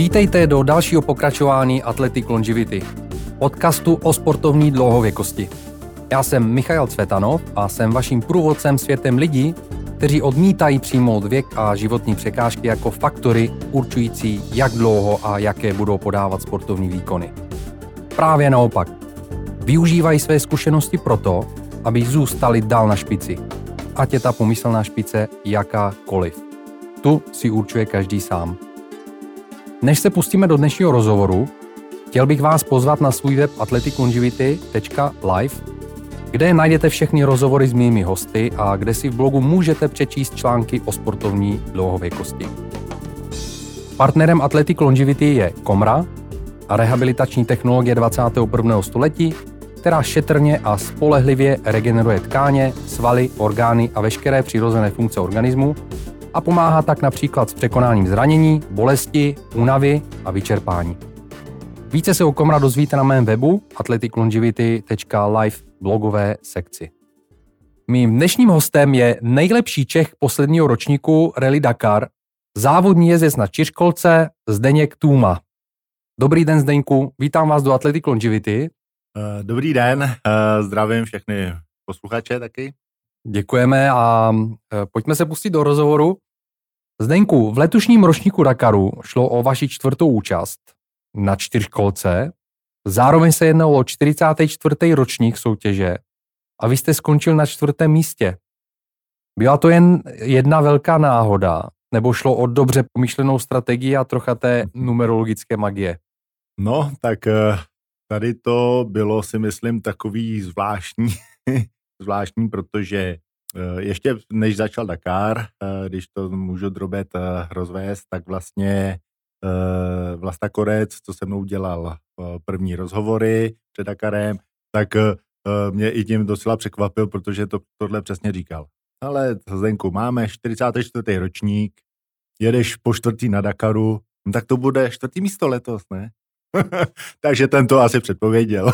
Vítejte do dalšího pokračování Athletic Longevity, podcastu o sportovní dlouhověkosti. Já jsem Michail Cvetanov a jsem vaším průvodcem světem lidí, kteří odmítají přijmout věk a životní překážky jako faktory určující, jak dlouho a jaké budou podávat sportovní výkony. Právě naopak. Využívají své zkušenosti proto, aby zůstali dál na špici. Ať je ta pomyslná špice jakákoliv. Tu si určuje každý sám. Než se pustíme do dnešního rozhovoru, chtěl bych vás pozvat na svůj web athleticlongevity.live, kde najdete všechny rozhovory s mými hosty a kde si v blogu můžete přečíst články o sportovní dlouhověkosti. Partnerem Athletic Longevity je Komra a rehabilitační technologie 21. století, která šetrně a spolehlivě regeneruje tkáně, svaly, orgány a veškeré přirozené funkce organismu a pomáhá tak například s překonáním zranění, bolesti, únavy a vyčerpání. Více se o Komra dozvíte na mém webu athleticlongevity.live blogové sekci. Mým dnešním hostem je nejlepší Čech posledního ročníku Rally Dakar, závodní jezdec na čtyřkolce Zdeněk Tůma. Dobrý den, Zdeňku, vítám vás do Athletic Longevity. Dobrý den, zdravím všechny posluchače taky. Děkujeme a pojďme se pustit do rozhovoru. Zdeňku, v letošním ročníku Dakaru šlo o vaši čtvrtou účast na čtyřkolce. Zároveň se jednalo o 44. ročník soutěže a vy jste skončil na 4. místě. Byla to jen jedna velká náhoda, nebo šlo o dobře pomyšlenou strategii a trocha té numerologické magie? No, tak tady to bylo, si myslím, takový zvláštní, protože ještě než začal Dakar, když to můžu drobet rozvést, tak vlastně Vlasta Korec, co se mnou dělal první rozhovory před Dakarem, tak mě i tím docela překvapil, protože tohle přesně říkal. Ale Zdenku, máme 44. ročník, jedeš po čtvrtý na Dakaru, no tak to bude 4. místo letos, ne? Takže ten to asi předpověděl.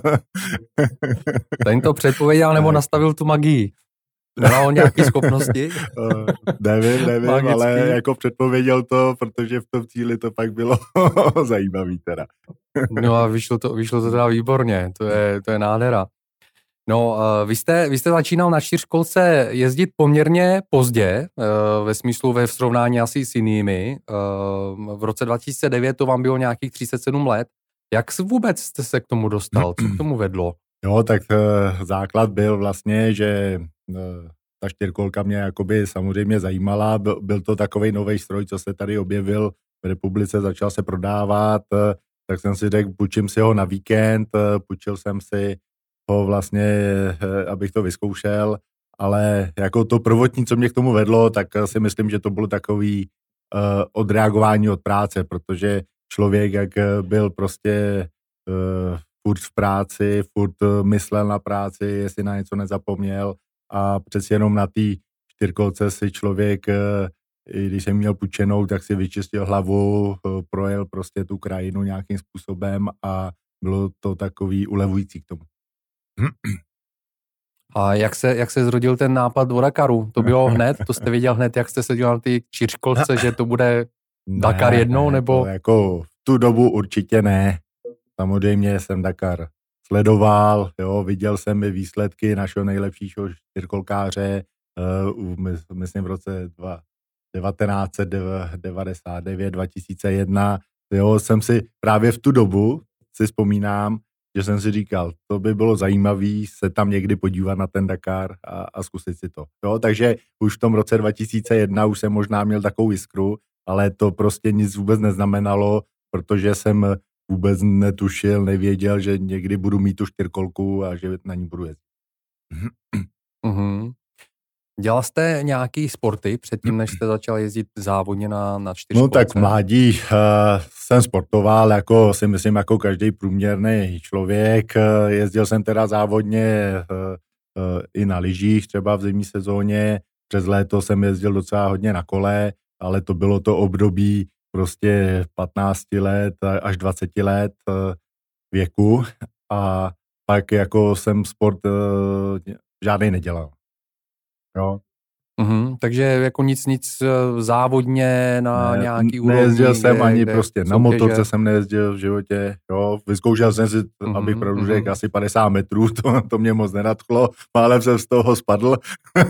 Ten to předpověděl nebo nastavil tu magii? Nemá on nějaké schopnosti? Nevím, magický. Ale jako předpověděl to, protože v tom cíli to pak bylo zajímavý teda. No a vyšlo to teda výborně, to je nádhera. No, vy jste začínal na čtyřkolce jezdit poměrně pozdě, ve smyslu ve srovnání asi s jinými. V roce 2009 to vám bylo nějakých 37 let. Jak vůbec jste se k tomu dostal? Co k tomu vedlo? Jo, tak základ byl vlastně, že ta čtyřkolka mě jakoby samozřejmě zajímala. Byl to takovej nový stroj, co se tady objevil v republice, začal se prodávat, tak jsem si řekl, půjčím si ho na víkend, půjčil jsem si ho vlastně, abych to vyzkoušel, ale jako to prvotní, co mě k tomu vedlo, tak si myslím, že to bylo takový odreagování od práce, protože člověk, jak byl prostě furt v práci, furt myslel na práci, jestli na něco nezapomněl a přeci jenom na té čtyřkolce si člověk, i když jsem měl půjčenou, tak si vyčistil hlavu, projel prostě tu krajinu nějakým způsobem a bylo to takový ulevující k tomu. A jak se zrodil ten nápad o Dakaru? To bylo hned? To jste věděl hned, jak jste seděl na ty čtyřkolce, že to bude Dakar jednou, nebo? Jako v tu dobu určitě ne. Samozřejmě jsem Dakar sledoval, jo, viděl jsem i výsledky našeho nejlepšího čtyřkolkáře, myslím v roce 1999, 2001, jo, jsem si právě v tu dobu si vzpomínám, že jsem si říkal, to by bylo zajímavý se tam někdy podívat na ten Dakar a zkusit si to. Jo, takže už v tom roce 2001 už jsem možná měl takovou jiskru, ale to prostě nic vůbec neznamenalo, protože jsem vůbec netušil, nevěděl, že někdy budu mít tu čtyřkolku a že na ní budu jezdit. Dělal jste nějaký sporty předtím, než jste začal jezdit závodně na čtyřkolce? No tak v mládí jsem sportoval, jako si myslím, jako každý průměrný člověk. Jezdil jsem teda závodně i na lyžích, třeba v zimní sezóně. Přes léto jsem jezdil docela hodně na kole, ale to bylo to období prostě 15 let až 20 let věku a pak jako jsem sport žádnej nedělal. Jo. Takže jako nic závodně na nějaký úrovni. Nejezdil jsem ani prostě na motorce jsem nejezdil v životě, jo. Vyzkoušel jsem si, abych pravdu řekl, asi 50 metrů, to mě moc nenadchlo, málem jsem z toho spadl.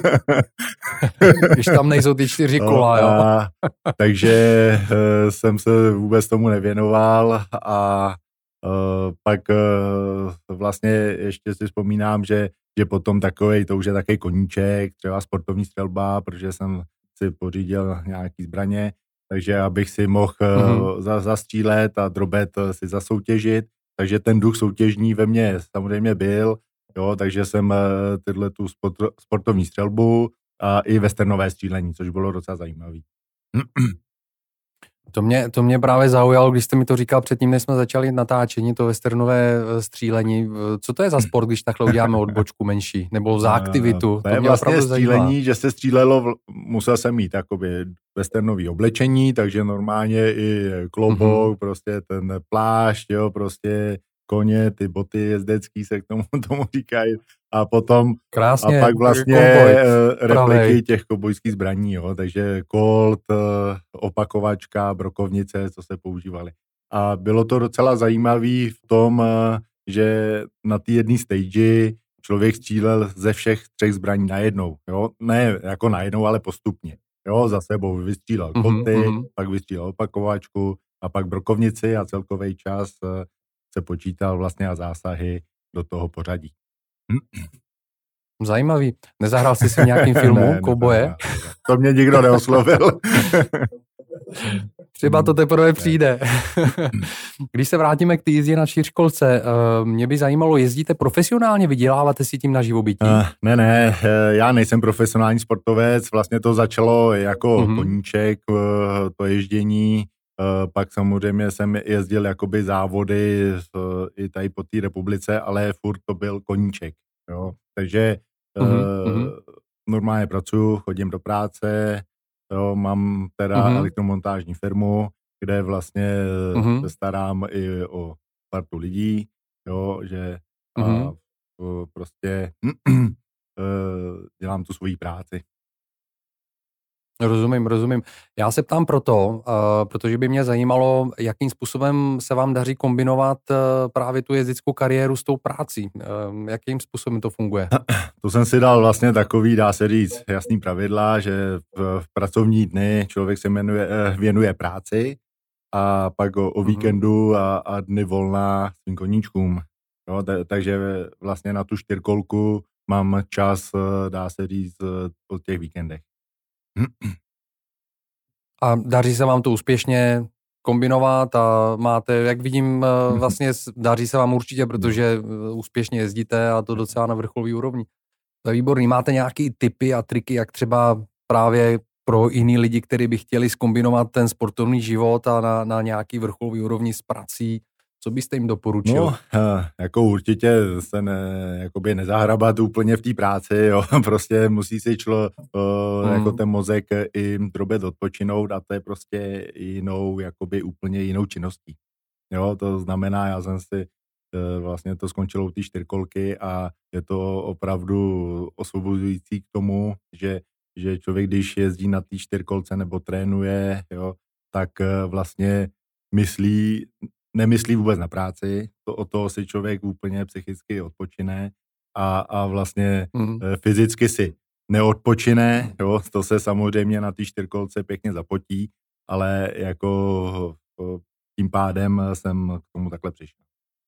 Když tam nejsou ty 4 kola, jo. Takže jsem se vůbec tomu nevěnoval a pak vlastně ještě si vzpomínám, že potom takovej, to už je takový koníček, třeba sportovní střelba, protože jsem si pořídil nějaký zbraně, takže abych si mohl zastřílet a drobet si zasoutěžit, takže ten duch soutěžní ve mně samozřejmě byl, jo, takže jsem tyhle tu sportovní střelbu a i westernové střílení, což bylo docela zajímavé. To mě právě zaujalo, když jste mi to říkal předtím, než jsme začali natáčení, to westernové střílení. Co to je za sport, když takhle uděláme odbočku menší? Nebo za aktivitu? To je vlastně střílení, že se střílelo, musel jsem mít jakoby westernový oblečení, takže normálně i klobouk, prostě ten plášť, jo, prostě koně, ty boty jezdecký se k tomu říkají. A potom krásně, a pak vlastně repliky těch kobojských zbraní, jo, takže Colt, opakovačka, brokovnice, co se používaly. A bylo to docela zajímavý v tom, že na té jedné stage člověk střílel ze všech 3 zbraní najednou, jo, ne jako najednou, ale postupně, jo, za sebou vystřílel Colty, pak vystřílel opakovačku a pak brokovnici a celkový čas se počítal vlastně a zásahy do toho pořadí. Zajímavý. Nezahrál jsi si v nějakým filmu Kouboje? To mě nikdo neoslovil. Třeba to teprve přijde. Když se vrátíme k té jízdě na čtyřkolce, mě by zajímalo, jezdíte profesionálně, vyděláváte si tím na živobytí? Ne, já nejsem profesionální sportovec, vlastně to začalo jako koníček, to ježdění. Pak samozřejmě jsem jezdil jakoby závody i tady po té republice, ale furt to byl koníček. Jo. Takže normálně pracuji, chodím do práce, jo, mám teda elektromontážní firmu, kde vlastně se starám i o partu lidí, jo, že prostě dělám tu svoji práci. Rozumím. Já se ptám proto, protože by mě zajímalo, jakým způsobem se vám daří kombinovat právě tu jezdeckou kariéru s tou prácí. Jakým způsobem to funguje? To jsem si dal vlastně takový, dá se říct, jasný pravidla, že v pracovní dny člověk se věnuje práci a pak o víkendu a dny volna svým koníčkům. Jo, takže vlastně na tu 4kolku mám čas, dá se říct, o těch víkendech. A daří se vám to úspěšně kombinovat a máte, jak vidím, vlastně daří se vám určitě, protože úspěšně jezdíte a to docela na vrcholový úrovni. To je výborný. Máte nějaké tipy a triky, jak třeba právě pro jiný lidi, kteří by chtěli zkombinovat ten sportovní život a na nějaký vrcholový úrovni s prací? Co byste jim doporučil? No, jako určitě se nezahrabat úplně v té práci, jo. Prostě musí si jako ten mozek i drobet odpočinout a to je prostě úplně jinou činností. Jo, to znamená, já jsem si vlastně to skončilo u té 4kolky a je to opravdu osvobozující k tomu, že člověk, když jezdí na té 4kolce nebo trénuje, jo, tak vlastně nemyslí vůbec na práci, od toho si člověk úplně psychicky odpočine a vlastně fyzicky si neodpočine, jo, to se samozřejmě na té 4kolce pěkně zapotí, ale jako tím pádem jsem k tomu takhle přišel.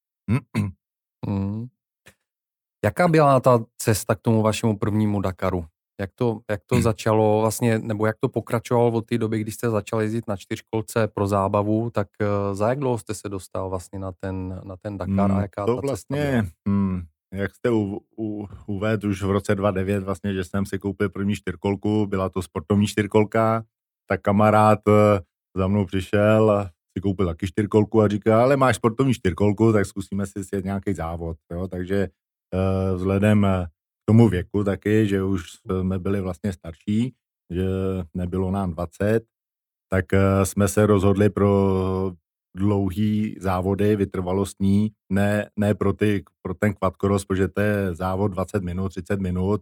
Jaká byla ta cesta k tomu vašemu prvnímu Dakaru? Jak to začalo vlastně, nebo jak to pokračovalo od té doby, když jste začal jezdit na 4kolce pro zábavu, tak za jak dlouho jste se dostal vlastně na ten Dakar a jaká to ta vlastně, jak jste uvedl už v roce 2009 vlastně, že jsem si koupil první 4kolku, byla to sportovní 4kolka, tak kamarád za mnou přišel a si koupil taky 4kolku a říká, ale máš sportovní 4kolku, tak zkusíme si sjet nějaký závod, jo, takže vzhledem tomu věku taky, že už jsme byli vlastně starší, že nebylo nám 20, tak jsme se rozhodli pro dlouhý závody, vytrvalostní, ne pro ten quadcross, protože to je závod 20 minut, 30 minut a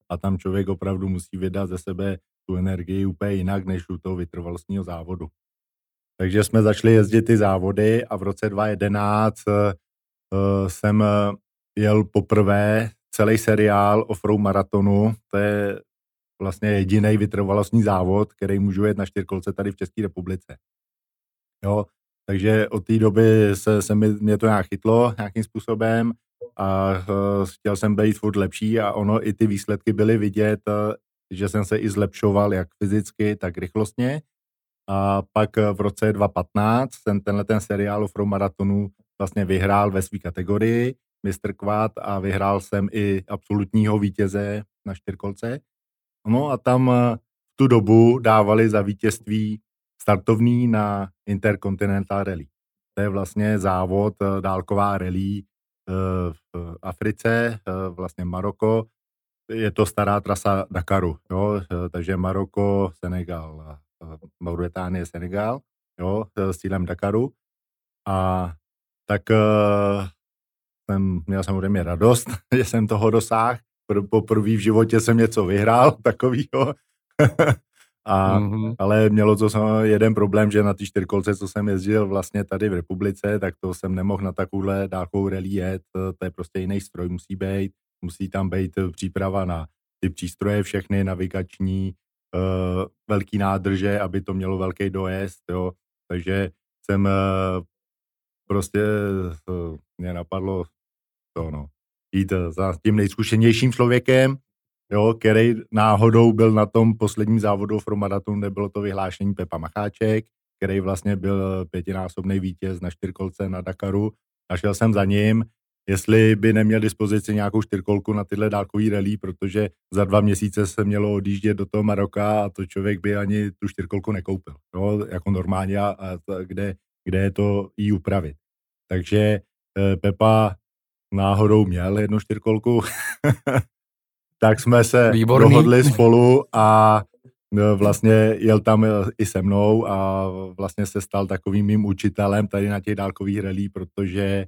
a tam člověk opravdu musí vydat ze sebe tu energii úplně jinak, než u toho vytrvalostního závodu. Takže jsme začali jezdit ty závody a v roce 2011 jsem jel poprvé celý seriál Offroad maratonu. To je vlastně jediný vytrvalostní závod, který můžu jet na čtyřkolce tady v České republice. Jo, takže od té doby mě to nějak chytlo nějakým způsobem a chtěl jsem být furt lepší a ono i ty výsledky byly vidět, že jsem se i zlepšoval jak fyzicky, tak rychlostně. A pak v roce 2015 jsem ten seriál Offroad maratonu vlastně vyhrál ve své kategorii Mr. Quad a vyhrál jsem i absolutního vítěze na čtyřkolce. No a tam v tu dobu dávali za vítězství startovní na Intercontinental Rally. To je vlastně závod, dálková rally v Africe, vlastně Maroko. Je to stará trasa Dakaru, jo? Takže Maroko, Senegal, Mauritánie, Senegal, jo? S cílem Dakaru. A tak jsem měl samozřejmě radost, že jsem toho dosáhl. Poprvé v životě jsem něco vyhrál takovýho. Ale mělo to jeden problém, že na ty čtyřkolce, co jsem jezdil vlastně tady v republice, tak to jsem nemohl na takovouhle dálkovou rally jet. To je prostě jiný stroj, musí tam být příprava na ty přístroje všechny, navigační, velký nádrže, aby to mělo velký dojezd, jo. Takže jsem prostě mě napadlo jít za tím nejzkušenějším člověkem, jo, který náhodou byl na tom posledním závodu Offroad maratonu, kde bylo to vyhlášení Pepa Macháček, který vlastně byl 5násobný vítěz na čtyřkolce na Dakaru. A šel jsem za ním, jestli by neměl dispozici nějakou čtyřkolku na tyhle dálkový rally, protože za 2 měsíce se mělo odjíždět do toho Maroka a to člověk by ani tu čtyřkolku nekoupil, jo, jako normálně kde je to jí upravit. Takže Pepa náhodou měl jednu čtyřkolku, tak jsme se dohodli spolu a vlastně jel tam i se mnou a vlastně se stal takovým mým učitelem tady na těch dálkových rally, protože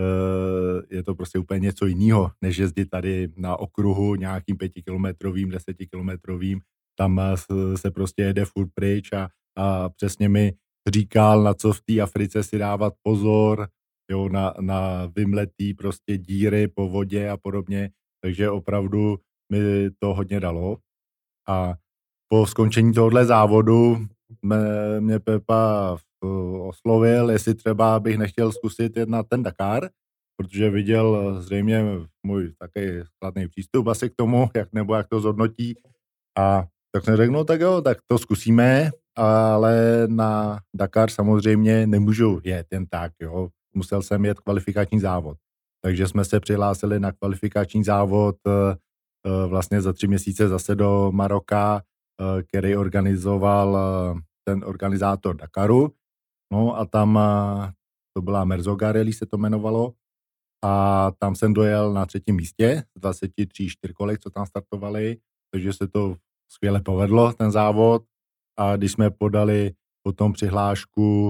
je to prostě úplně něco jiného, než jezdit tady na okruhu nějakým 5kilometrovým, 10kilometrovým, tam se prostě jede furt pryč a přesně mi říkal, na co v té Africe si dávat pozor, jo, na vymletý prostě díry po vodě a podobně, takže opravdu mi to hodně dalo. A po skončení tohohle závodu mě Pepa oslovil, jestli třeba bych nechtěl zkusit jet na ten Dakar, protože viděl zřejmě můj takový kladný přístup asi k tomu, jak to zhodnotí. A tak jsem řekl, no tak jo, tak to zkusíme, ale na Dakar samozřejmě nemůžu jet jen tak, jo. Musel jsem jet kvalifikační závod. Takže jsme se přihlásili na kvalifikační závod vlastně za 3 měsíce zase do Maroka, který organizoval ten organizátor Dakaru. No a tam to byla Merzouga Rally se to jmenovalo a tam jsem dojel na 3. místě z 23 čtyřkolek, co tam startovali, takže se to skvěle povedlo, ten závod. A když jsme podali potom přihlášku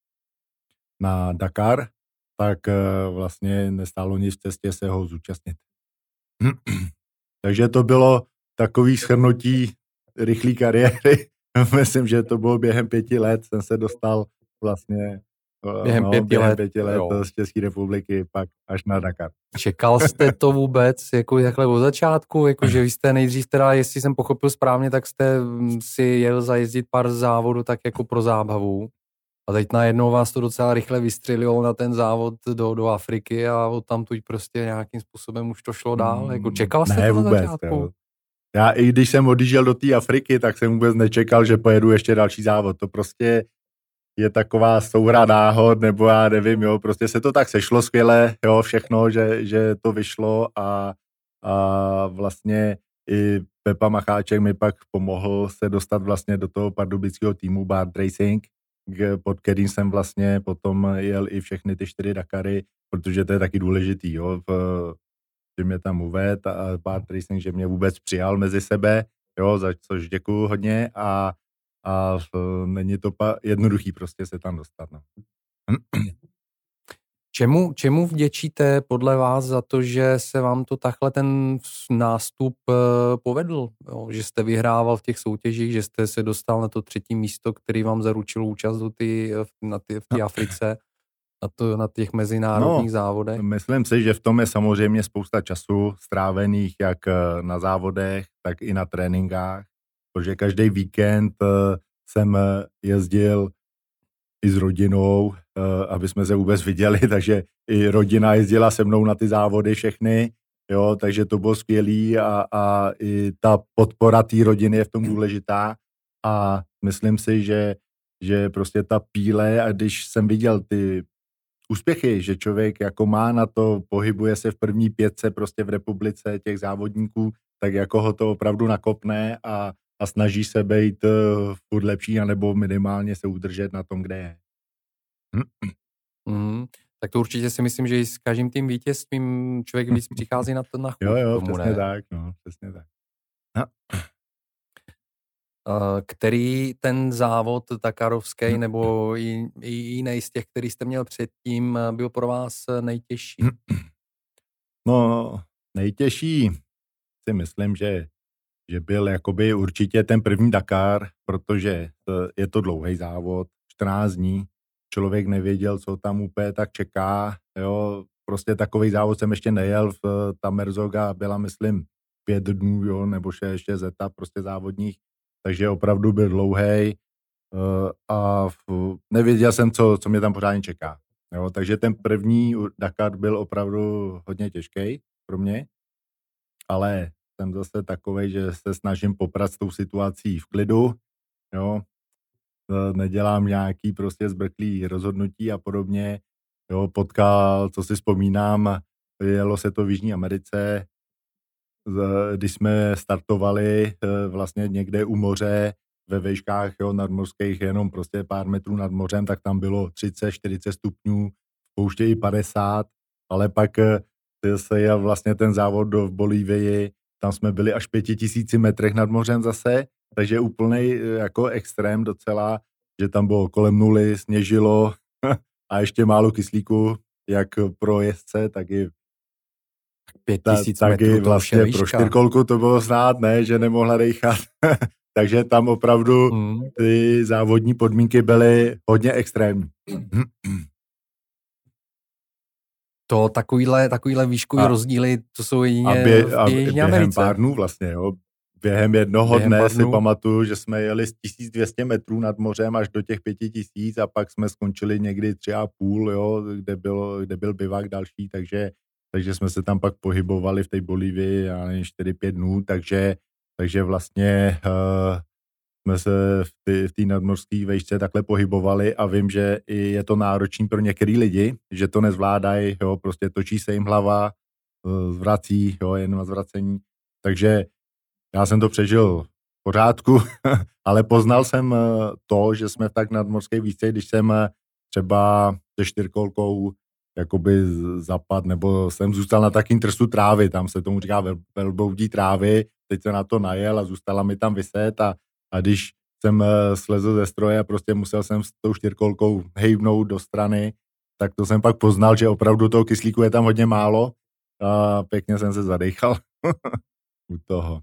na Dakar, tak vlastně nestálo nic v cestě se ho zúčastnit. Takže to bylo takový shrnutí rychlé kariéry. Myslím, že to bylo během 5 let, jsem se dostal vlastně během 5 let z České republiky pak až na Dakar. Čekal jste to vůbec jako takhle od začátku, jako že vy jste nejdřív teda, jestli jsem pochopil správně, tak jste si jel zajezdit pár závodů tak jako pro zábavu. A teď najednou vás to docela rychle vystřelilo na ten závod do Afriky a odtamtud prostě nějakým způsobem už to šlo dál. Jako čekal jste to na začátku? Jo. Já i když jsem odjížděl do té Afriky, tak jsem vůbec nečekal, že pojedu ještě další závod. To prostě je taková souhra náhod, nebo já nevím, jo, prostě se to tak sešlo skvěle, jo, všechno, že to vyšlo a vlastně i Pepa Macháček mi pak pomohl se dostat vlastně do toho pardubického týmu Bard Racing, pod kterým jsem vlastně potom jel i všechny ty 4 Dakary, protože to je taky důležitý, jo, že mě tam uvedl a Bard Racing, že mě vůbec přijal mezi sebe, jo, za což děkuju hodně a není to jednoduchý prostě se tam dostat. No. Čemu vděčíte podle vás za to, že se vám to takhle ten nástup povedl? Jo, že jste vyhrával v těch soutěžích, že jste se dostal na to 3. místo, který vám zaručilo účast v té Africe, na těch mezinárodních závodech? Myslím si, že v tom je samozřejmě spousta času strávených jak na závodech, tak i na tréninkách, protože každý víkend jsem jezdil i s rodinou, aby jsme se vůbec viděli, takže i rodina jezdila se mnou na ty závody všechny, jo, takže to bylo skvělý a i ta podpora té rodiny je v tom důležitá a myslím si, že prostě ta píle a když jsem viděl ty úspěchy, že člověk jako má na to, pohybuje se v první 5 prostě v republice těch závodníků, tak jako ho to opravdu nakopne a snaží se být furt lepší anebo minimálně se udržet na tom, kde je. Tak to určitě si myslím, že i s každým tím vítězstvím člověk víc přichází na chuť. Jo, přesně tak, přesně tak. No. Který ten závod dakarovský nebo i jiný z těch, který jste měl předtím, byl pro vás nejtěžší? No, nejtěžší si myslím, že byl jakoby určitě ten první Dakar, protože je to dlouhý závod, 14 dní, člověk nevěděl, co tam úplně tak čeká, jo, prostě takový závod jsem ještě nejel, ta Merzoga byla, myslím, 5 dnů, jo, nebo 6 etap prostě závodních, takže opravdu byl dlouhý a nevěděl jsem, co mě tam pořádně čeká, jo, takže ten první Dakar byl opravdu hodně těžký pro mě, ale jsem zase takovej, že se snažím poprat s tou situací v klidu, jo, nedělám nějaký prostě zbrklý rozhodnutí a podobně, jo, potkal, co si vzpomínám, jelo se to v Jižní Americe, když jsme startovali vlastně někde u moře, ve výškách, jo, nadmořských, jenom prostě pár metrů nad mořem, tak tam bylo 30-40 stupňů, v pouště i 50, ale pak se jel vlastně ten závod v Bolívii, tam jsme byli až 5000 metrech nad mořem zase, takže úplnej jako extrém docela, že tam bylo kolem nuly, sněžilo a ještě málo kyslíku, jak pro jezdce, tak i 5000 metrů, vlastně pro čtyřkolku to bylo znát, ne, že nemohla dejchat. Takže tam opravdu ty závodní podmínky byly hodně extrémní. To takovýhle výškový rozdíly, to jsou jedině v Jižní Americe. Během pár dnů vlastně, jo. Během jednoho dne si pamatuju, že jsme jeli z 1200 metrů nad mořem až do těch 5000 a pak jsme skončili někdy 3,5, jo, kde byl bivak další, takže jsme se tam pak pohybovali v té Bolívii 4-5 dnů, takže vlastně jsme se v té nadmořské vejšce takhle pohybovali a vím, že i je to náročný pro některý lidi, že to nezvládají, jo, prostě točí se jim hlava, zvrací, jo, jen na zvracení, takže já jsem to přežil v pořádku, ale poznal jsem to, že jsme v tak nadmořské výšce, když jsem třeba se čtyřkolkou jakoby zapad, nebo jsem zůstal na takým trstu trávy, tam se tomu říká velbloudí trávy, teď se na to najel a zůstala mi tam viset a když jsem slezl ze stroje a prostě musel jsem s tou čtyřkolkou hejbnout do strany, tak to jsem pak poznal, že opravdu toho kyslíku je tam hodně málo a pěkně jsem se zadechal u toho.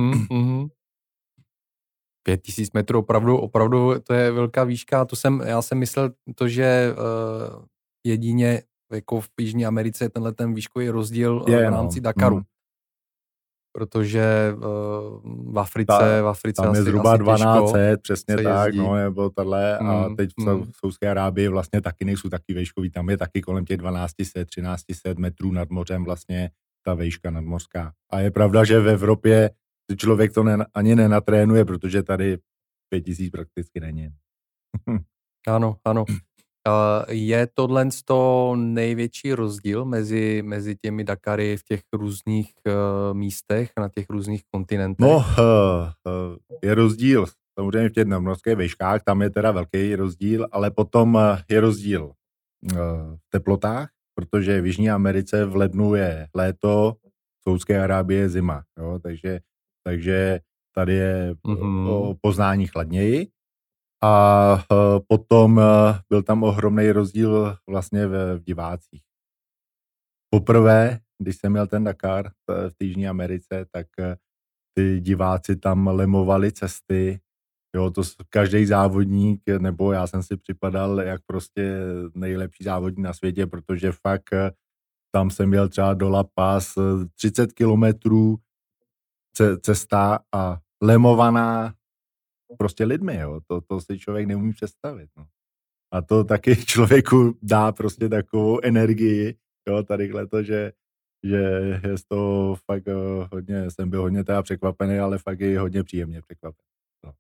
5000 metrů, opravdu to je velká výška. Já jsem myslel to, že jedině jako v Jižní Americe tenhle ten výškový rozdíl v rámci Dakaru. Protože v Africe tam je zhruba 1200, přesně tak, no, nebo tohle, a teď v Saúdské Arábii vlastně taky nejsou taky vejškový, tam je taky kolem těch 1200, 1300 metrů nad mořem vlastně ta vejška nadmořská. A je pravda, že v Evropě člověk to ani nenatrénuje, protože tady 5000 prakticky není. Ano. Je tohle největší rozdíl mezi těmi Dakary v těch různých místech, na těch různých kontinentech? No, je rozdíl samozřejmě v těch nadmořských výškách, tam je teda velký rozdíl, ale potom je rozdíl v teplotách, protože v Jižní Americe v lednu je léto, v Saúdské Arábii je zima, jo, takže tady je o poznání chladněji A potom byl tam ohromný rozdíl vlastně v divácích. Poprvé, když jsem měl ten Dakar v Jižní Americe, tak ty diváci tam lemovali cesty, jo, to každý závodník, nebo já jsem si připadal jak prostě nejlepší závodník na světě, protože fakt tam jsem měl třeba do La Paz 30 kilometrů cesta a lemovaná prostě lidmi, jo, to si člověk neumí představit, no. A to taky člověku dá prostě takovou energii, jo, tadyhle to, že je z toho fakt hodně, jsem byl hodně teda překvapený, ale fakt i hodně příjemně překvapený. No.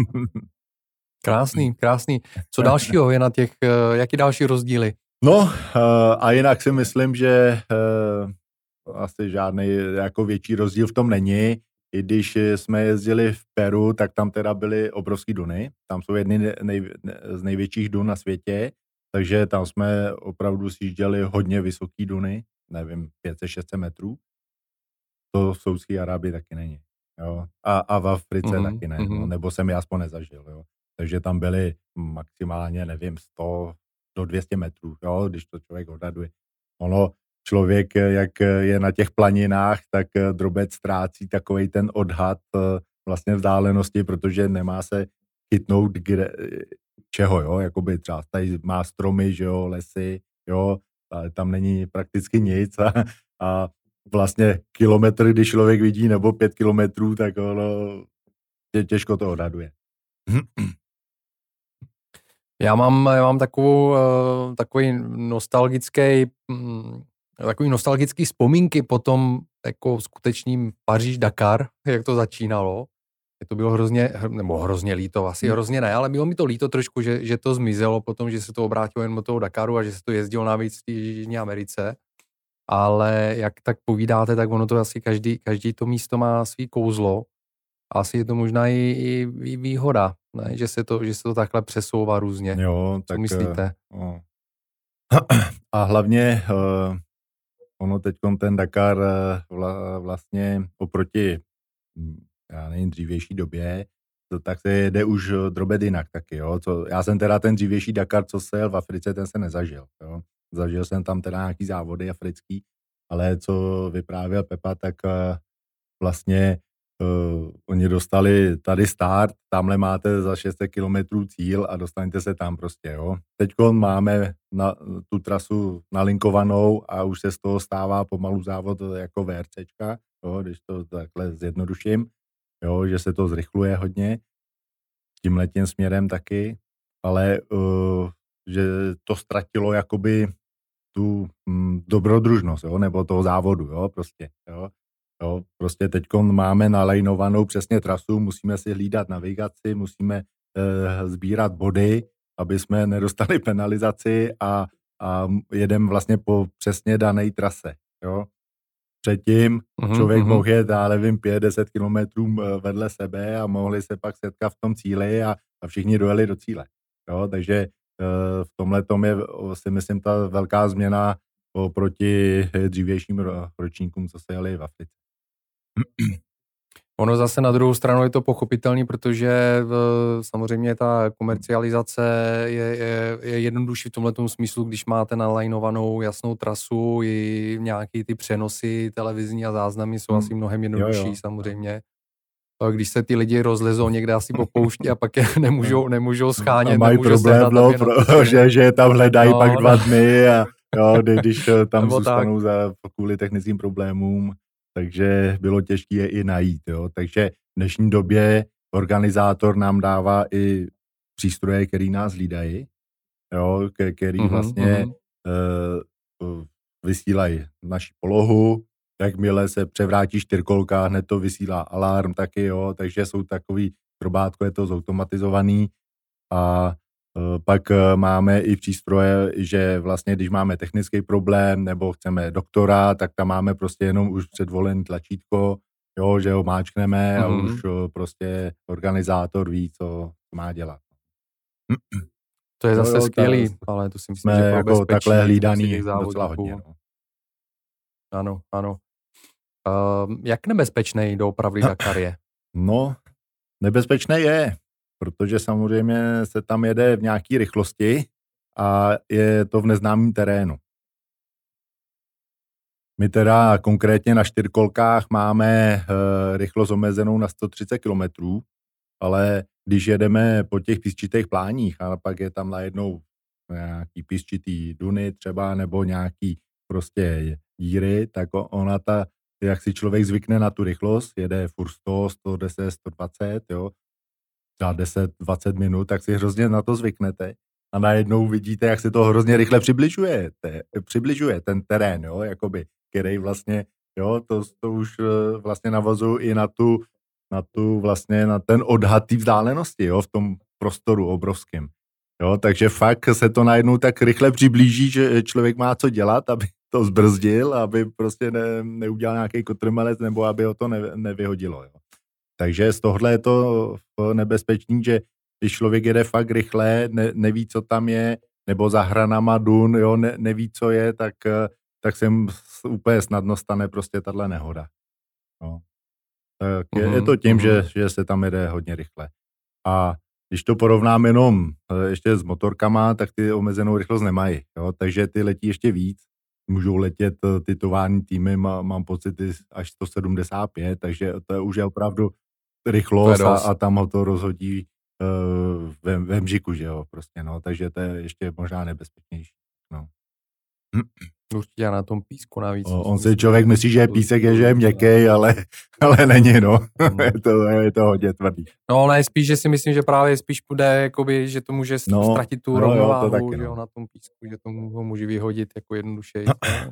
Krásný. Co dalšího je na těch, jaký další rozdíly? No a jinak si myslím, že asi žádný jako větší rozdíl v tom není. I když jsme jezdili v Peru, tak tam teda byly obrovský duny. Tam jsou jedny z největších dun na světě, takže tam jsme opravdu sjížděli hodně vysoký duny, nevím, 500-600 metrů. To v Saúdské Arábii taky není. Jo? A v Africe taky ne, no, nebo jsem je aspoň nezažil. Jo? Takže tam byly maximálně, nevím, 100 do 200 metrů, jo? Když to člověk odhaduje. Ono, člověk, jak je na těch planinách, tak drobec ztrácí takovej ten odhad vlastně vzdálenosti, protože nemá se chytnout čeho, jo, jakoby třeba tady má stromy, že jo, lesy, jo, ale tam není prakticky nic a vlastně kilometr, když člověk vidí, nebo 5 kilometrů, tak ono těžko to odhaduje. Já mám takový nostalgický vzpomínky po tom jako skutečným Paříž-Dakar, jak to začínalo. Je to bylo hrozně líto, asi hrozně ne, ale bylo mi to líto trošku, že to zmizelo potom, že se to obrátilo jen do toho Dakaru a že se to jezdilo navíc v Jižní Americe. Ale jak tak povídáte, tak ono to asi každý to místo má svý kouzlo. Asi je to možná i výhoda, ne? Že se to takhle přesouvá různě. Jo, co myslíte? A hlavně ono teďkon ten Dakar vlastně oproti dřívější době, tak se jede už drobet jinak taky, jo. Já jsem teda ten dřívější Dakar, co se jel v Africe, ten se nezažil, jo. Zažil jsem tam teda nějaký závody africký, ale co vyprávěl Pepa, tak vlastně oni dostali tady start, tamhle máte za 600 kilometrů cíl a dostanete se tam prostě, jo. Teďko máme tu trasu nalinkovanou a už se z toho stává pomalu závod jako VRCčka, jo, když to takhle zjednoduším, jo, že se to zrychluje hodně tímhletím směrem taky, ale že to ztratilo jakoby tu dobrodružnost, jo, nebo toho závodu, jo, prostě, jo. Jo, prostě teďko máme nalajnovanou přesně trasu, musíme si hlídat navigaci, musíme sbírat body, aby jsme nedostali penalizaci a jedeme vlastně po přesně dané trase, jo. Předtím člověk mohl jet, já nevím, 5-10 kilometrů vedle sebe a mohli se pak setkat v tom cíli a všichni dojeli do cíle, jo, takže v tomhletom je, si myslím, ta velká změna oproti dřívějším ročníkům, co se jeli v Africe. Ono zase na druhou stranu je to pochopitelný, protože samozřejmě ta komercializace je jednodušší v tomhletom smyslu, když máte nalajnovanou jasnou trasu, i nějaký ty přenosy televizní a záznamy jsou asi mnohem jednodušší samozřejmě. Když se ty lidi rozlezou někde asi po poušti a pak je nemůžou schánět. A mají problém, že tam hledají pak 2 dny a jo, když tam zůstanou kvůli technickým problémům. Takže bylo těžké je i najít, jo. Takže v dnešní době organizátor nám dává i přístroje, který nás hlídají, jo, který vlastně vysílají naši polohu, jakmile se převrátí 4kolka, hned to vysílá alarm taky, jo, takže jsou takový drobátko, je to zautomatizovaný a pak máme i přístroje, že vlastně, když máme technický problém nebo chceme doktora, tak tam máme prostě jenom už předvolený tlačítko, jo, že ho máčkneme a už prostě organizátor ví, co má dělat. To je zase skvělý, ale to si myslím, že jako takhle hlídaný docela hodně. No. Ano. Jak nebezpečný doopravdy Dakar je? No, nebezpečný je. protože samozřejmě se tam jede v nějaké rychlosti a je to v neznámém terénu. My teda konkrétně na čtyřkolkách máme rychlost omezenou na 130 km, ale když jedeme po těch písčitých pláních a pak je tam najednou nějaký písčitý duny třeba nebo nějaký prostě díry, tak ona jak si člověk zvykne na tu rychlost, jede furt 100, 110, 120, jo, za 10-20 minut, tak si hrozně na to zvyknete a najednou vidíte, jak se to hrozně rychle přibližuje ten terén, jo, jakoby, který vlastně, jo, to už vlastně navazuju i na vlastně na ten odhad té vzdálenosti, jo, v tom prostoru obrovském. Jo, takže fakt se to najednou tak rychle přiblíží, že člověk má co dělat, aby to zbrzdil, aby prostě neudělal nějaký kotrmelec, nebo aby ho to nevyhodilo. Jo. Takže z tohle je to nebezpečný, že když člověk jede fakt rychle, neví, co tam je, nebo za hranama dun, jo, neví, co je, tak se úplně snadno stane prostě tato nehoda. No. Tak je to tím, že se tam jede hodně rychle. A když to porovnám jenom ještě s motorkama, tak ty omezenou rychlost nemají. Jo? Takže ty letí ještě víc. Můžou letět ty tovární týmy, mám pocit, až 175, takže to už je opravdu rychlost a tam ho to rozhodí ve mžiku, že jo, prostě, no. Takže to je ještě možná nebezpečnější. No. Určitě na tom písku navíc. On si člověk myslí, že je písek, že je měkký, ale není, no. Je to hodně tvrdý. No, ale spíš, že si myslím, že právě spíš půjde, jakoby, že to může ztratit tu rovnováhu, že jo, na tom písku, že to ho může vyhodit jako jednodušeji.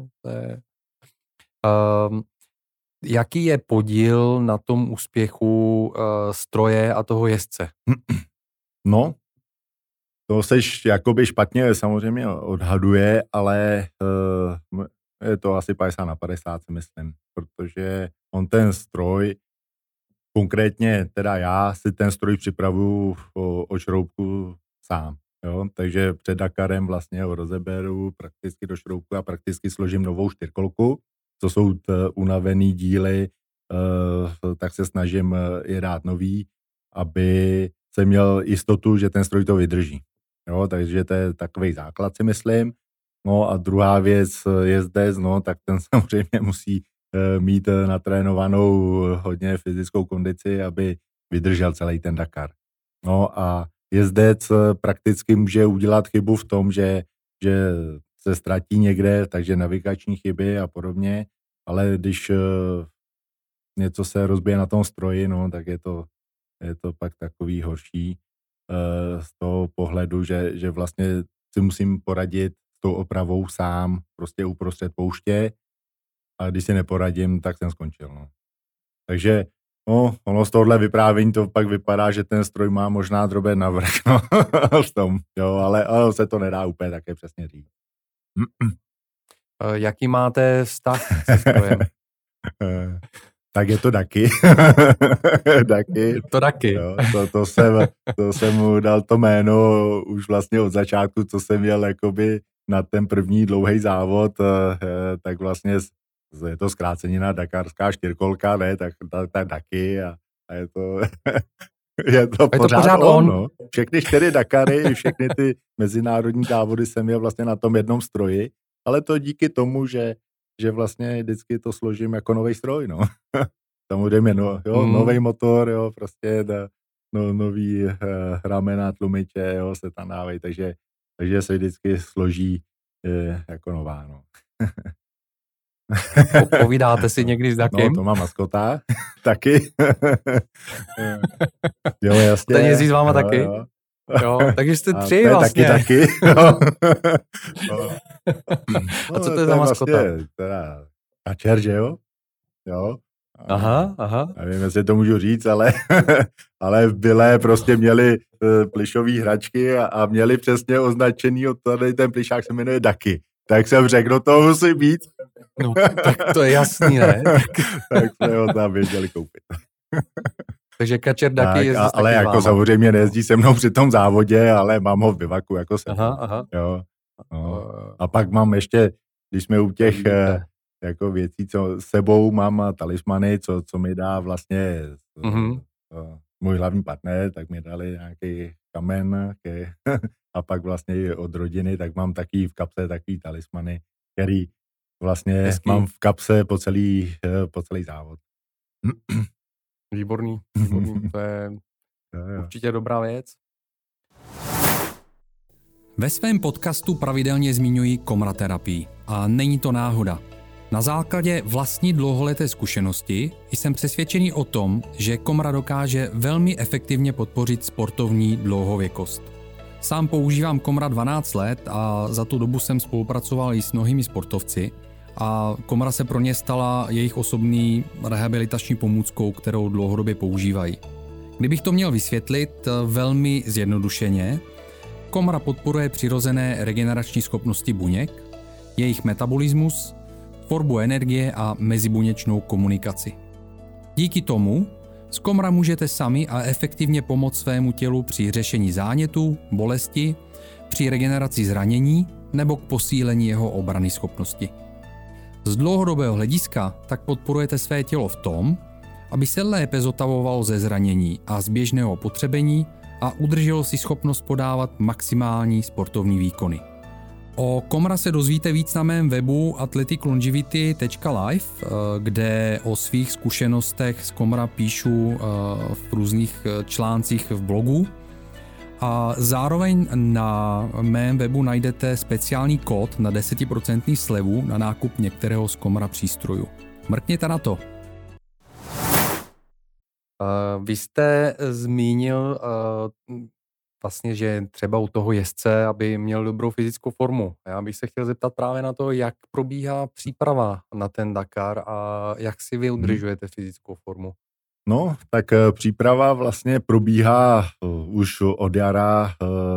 Jaký je podíl na tom úspěchu stroje a toho jezdce? No, to seš jakoby špatně samozřejmě odhaduje, ale je to asi 50/50, si myslím, protože on ten stroj, konkrétně teda já si ten stroj připravuju o šroubku sám, jo? Takže před Dakarem vlastně ho rozeberu prakticky do šroubku a prakticky složím novou čtyřkolku, co jsou unavený díly, tak se snažím je dát nový, aby jsem měl jistotu, že ten stroj to vydrží. Jo, takže to je takový základ, si myslím. No a druhá věc, jezdec, no, tak ten samozřejmě musí mít natrénovanou hodně fyzickou kondici, aby vydržel celý ten Dakar. No a jezdec prakticky může udělat chybu v tom, že se ztratí někde, takže navigační chyby a podobně, ale když něco se rozbije na tom stroji, no, tak je to pak takový horší z toho pohledu, že vlastně si musím poradit s tou opravou sám, prostě uprostřed pouště, a když si neporadím, tak jsem skončil. No. Takže ono z tohohle vyprávění to pak vypadá, že ten stroj má možná drobě navrch, no, v tom, jo, ale se to nedá úplně také přesně říct. Jaký máte vztah se strojem? Tak je to Daky. To Daky. Jo, to jsem mu dal to jméno už vlastně od začátku, co jsem měl jakoby na ten první dlouhý závod, tak vlastně je to zkrácenina Dakarská čtyřkolka, ne, tak Daky a je to je to pořád on. No. Všechny 4 Dakary, všechny ty mezinárodní závody jsem měl vlastně na tom jednom stroji, ale to díky tomu, že vlastně vždycky to složím jako nový stroj, no. Samozřejmě, nový motor, jo, prostě nový ramena, tlumiče, jo, se tam dávají, takže se vždycky složí jako nová, no. Povídáte si někdy s Dakem? No, to má maskota, taky. Jo, jasně. Ten jezdí s váma taky? Jo, takže jste 3 vlastně. Taky. A co to je za maskota? Vlastně, teda kačer, že jo? Jo. Aha. Nevím, jestli to můžu říct, ale v Bile prostě měli plišové hračky a měli přesně označený, tady ten plišák se jmenuje Daky. Tak jsem řekl, no to musí být. No, tak to je jasný, ne? Tak jsme ho tam věděli koupit. Takže kačer Daky jezdí ale jako samozřejmě nejezdí se mnou při tom závodě, ale mám ho v bivaku jako se. Aha. Jo. No. A pak mám ještě, když jsme u těch jako věcí, co sebou mám talismany, co mi dá vlastně můj hlavní partner, tak mi dali nějaký kamen a pak vlastně od rodiny, tak mám taky v kapse takový talismany, který vlastně Hezký. mám v kapse po celý závod. Výborný, to je určitě dobrá věc. Ve svém podcastu pravidelně zmiňuji komraterapii a není to náhoda. Na základě vlastní dlouholeté zkušenosti jsem přesvědčený o tom, že komra dokáže velmi efektivně podpořit sportovní dlouhověkost. Sám používám komra 12 let a za tu dobu jsem spolupracoval i s mnohými sportovci a komra se pro ně stala jejich osobní rehabilitační pomůckou, kterou dlouhodobě používají. Kdybych to měl vysvětlit velmi zjednodušeně, komra podporuje přirozené regenerační schopnosti buněk, jejich metabolismus, tvorbu energie a mezibuněčnou komunikaci. Díky tomu z komra můžete sami a efektivně pomoct svému tělu při řešení zánětů, bolesti, při regeneraci zranění nebo k posílení jeho obrany schopnosti. Z dlouhodobého hlediska tak podporujete své tělo v tom, aby se lépe zotavovalo ze zranění a z běžného potřebení a udrželo si schopnost podávat maximální sportovní výkony. O komra se dozvíte víc na mém webu athleticlongevity.live, kde o svých zkušenostech z komra píšu v různých článcích v blogu. A zároveň na mém webu najdete speciální kód na 10% slevu na nákup některého z komra přístrojů. Mrkněte na to. Vy jste zmínil vlastně, že třeba u toho jezdce, aby měl dobrou fyzickou formu. Já bych se chtěl zeptat právě na to, jak probíhá příprava na ten Dakar a jak si vy udržujete fyzickou formu. No, tak příprava vlastně probíhá už od jara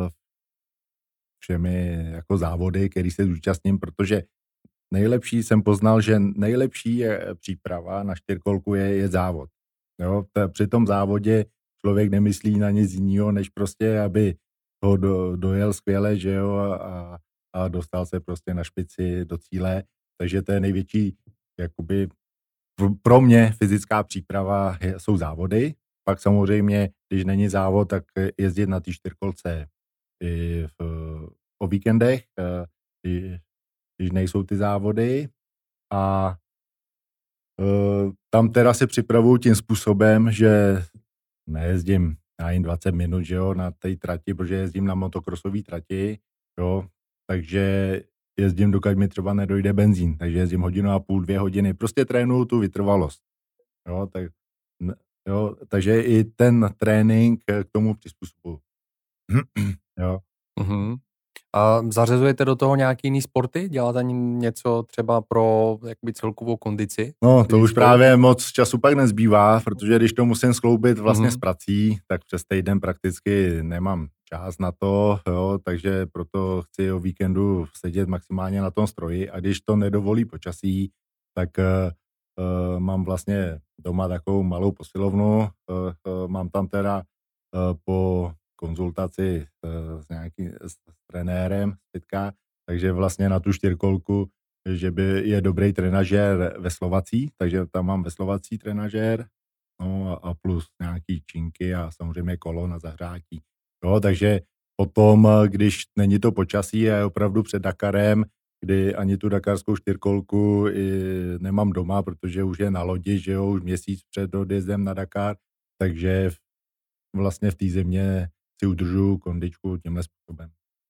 všemi jako závody, který se zúčastním, protože nejlepší jsem poznal, že nejlepší je příprava na čtyřkolku je závod. Jo, při tom závodě člověk nemyslí na nic jiného, než prostě, aby ho dojel skvěle, že jo, a dostal se prostě na špici do cíle. Takže to je největší, jakoby pro mě fyzická příprava jsou závody. Pak samozřejmě, když není závod, tak jezdit na té čtyřkolce i o víkendech, když nejsou ty závody. A tam teda se připravuju tím způsobem, že nejezdím na jen 20 minut, že jo, na té trati, protože jezdím na motokrosové trati, jo, takže jezdím, dokud mi třeba nedojde benzín, takže jezdím 1,5, 2 hodiny, prostě trénuju tu vytrvalost, jo, takže i ten trénink k tomu přizpůsobuju, jo. Mm-hmm. A zařazujete do toho nějaký jiný sporty? Děláte něco třeba pro jakoby celkovou kondici? No, to už právě moc času pak nezbývá, protože když to musím skloubit vlastně s prací, tak přes týden prakticky nemám čas na to, jo, takže proto chci o víkendu sedět maximálně na tom stroji a když to nedovolí počasí, tak mám vlastně doma takovou malou posilovnu, mám tam teda po konzultaci s trenérem, takže vlastně na tu čtyřkolku, že by je dobrý trenažér veslovací, takže tam mám veslovací trenažér, no a plus nějaký činky a samozřejmě kolo na zahrátí. Jo, takže potom, když není to počasí a je opravdu před Dakarem, kdy ani tu dakarskou čtyřkolku nemám doma, protože už je na lodi, že jo, už měsíc před odjezdem na Dakar, takže vlastně v té zimě si udržuju kondičku tímhle způsobem.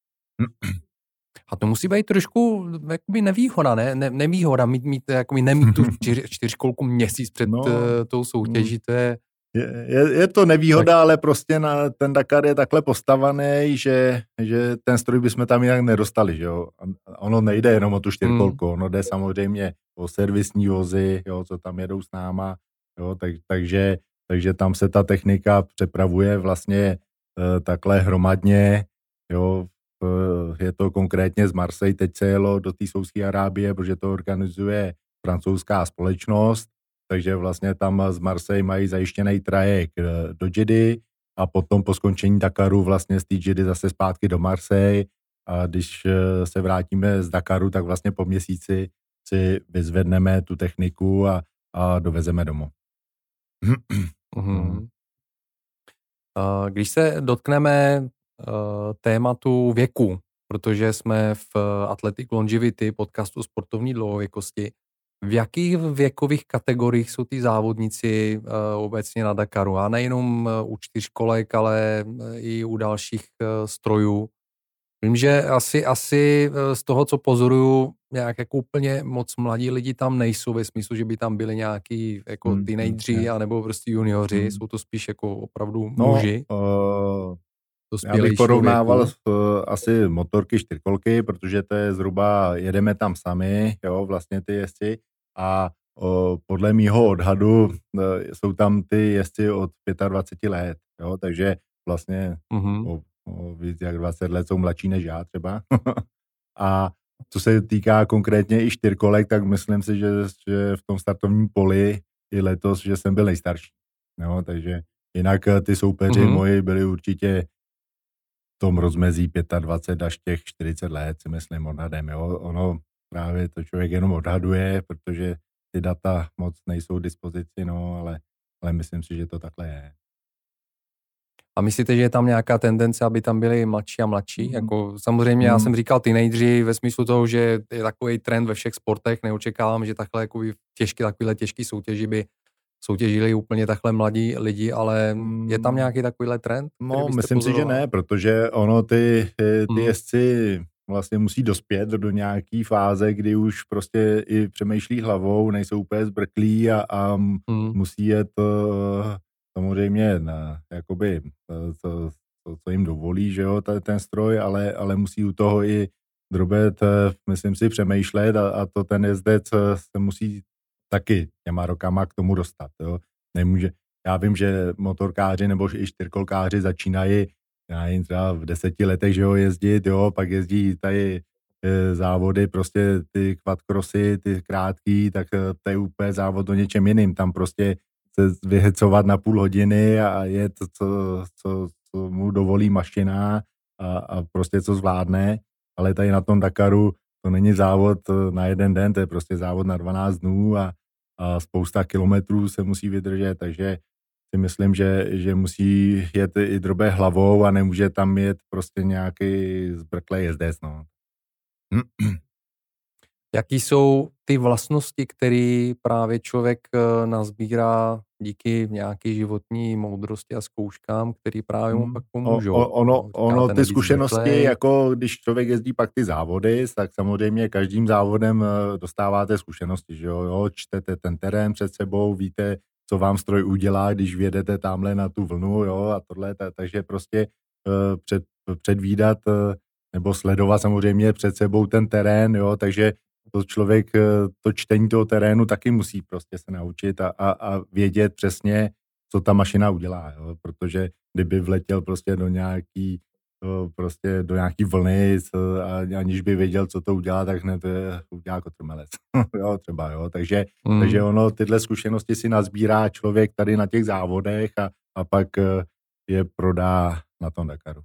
A to musí být trošku jakoby nevýhoda, ne? Nevýhoda mít tu čtyřkolku měsíc před tou soutěží, to je... Je to nevýhoda, tak. Ale prostě ten Dakar je takhle postavený, že ten stroj bychom tam jinak nedostali, že jo. Ono nejde jenom o tu čtyřkolku, ono jde samozřejmě o servisní vozy, jo, co tam jedou s náma, jo, takže tam se ta technika přepravuje vlastně takhle hromadně, jo. Je to konkrétně z Marseille, teď se jelo do té Saúdské Arábie, protože to organizuje francouzská společnost, takže vlastně tam z Marseille mají zajištěný trajekt do Džiddy a potom po skončení Dakaru vlastně z té Džiddy zase zpátky do Marseille a když se vrátíme z Dakaru, tak vlastně po měsíci si vyzvedneme tu techniku a dovezeme domů. Když se dotkneme tématu věku, protože jsme v Athletic Longevity, podcastu sportovní dlouhověkosti, v jakých věkových kategoriích jsou ty závodníci obecně na Dakaru? A nejenom u 4kolek, ale i u dalších strojů. Vím, že asi z toho, co pozoruju, nějak jako úplně moc mladí lidi tam nejsou ve smyslu, že by tam byli nějaký jako teenageři anebo prostě junioři, jsou to spíš jako opravdu muži. Já bych porovnával asi motorky 4kolky, protože to je zhruba, jedeme tam sami, jo, vlastně ty jezdci a podle mýho odhadu jsou tam ty jezdci od 25 let, jo, takže vlastně víc jak 20 let jsou mladší než já třeba. A co se týká konkrétně i 4kolek, tak myslím si, že v tom startovním poli i letos, že jsem byl nejstarší. Jo, takže jinak ty soupeři moji byli určitě v tom rozmezí 25 až těch 40 let, si myslím, odhadem. Jo. Ono právě to člověk jenom odhaduje, protože ty data moc nejsou k dispozici, no, ale myslím si, že to takhle je. A myslíte, že je tam nějaká tendence, aby tam byli mladší a mladší? Jako, samozřejmě já jsem říkal teenageři ve smyslu toho, že je takový trend ve všech sportech, neočekávám, že takhle takovýhle těžký soutěži by soutěžili úplně takhle mladí lidi, ale je tam nějaký takovýhle trend? No, myslím si, že ne, protože ono ty jezdci vlastně musí dospět do nějaký fáze, kdy už prostě i přemýšlí hlavou, nejsou úplně zbrklí a musí jet samozřejmě jakoby co jim dovolí, že jo, ten stroj, ale musí u toho i drobet, myslím si, přemýšlet a to ten jezdec se musí taky těma rokama k tomu dostat, jo. Nemůže, já vím, že motorkáři nebo i 4kolkáři začínají, já nevím, třeba v 10 letech, že jo, jezdit, jo, pak jezdí tady závody, prostě ty quadcrossy, ty krátký, tak to je úplně závod o něčem jiným, tam prostě se vyhecovat na půl hodiny a je to, co mu dovolí mašina a prostě co zvládne, ale tady na tom Dakaru to není závod na jeden den, to je prostě závod na 12 dnů a spousta kilometrů se musí vydržet, takže si myslím, že musí jet i drobé hlavou a nemůže tam jet prostě nějaký zbrklej jezdec, no. Jaký jsou ty vlastnosti, které právě člověk nazbírá díky nějaké životní moudrosti a zkouškám, které právě mu pak pomůžou? Ono ty zkušenosti, jako když člověk jezdí pak ty závody, tak samozřejmě každým závodem dostáváte zkušenosti, že jo, čtete ten terén před sebou, víte, co vám stroj udělá, když vjedete tamhle na tu vlnu, jo, a tohle, takže prostě předvídat nebo sledovat samozřejmě před sebou ten terén, jo, takže to člověk, to čtení toho terénu taky musí prostě se naučit a vědět přesně, co ta mašina udělá, jo? Protože kdyby vletěl prostě do nějaký vlny, aniž by věděl, co to udělá, tak hned udělá kotrmelec, jo, třeba, jo, takže ono tyhle zkušenosti si nazbírá člověk tady na těch závodech a pak je prodá na tom Dakaru.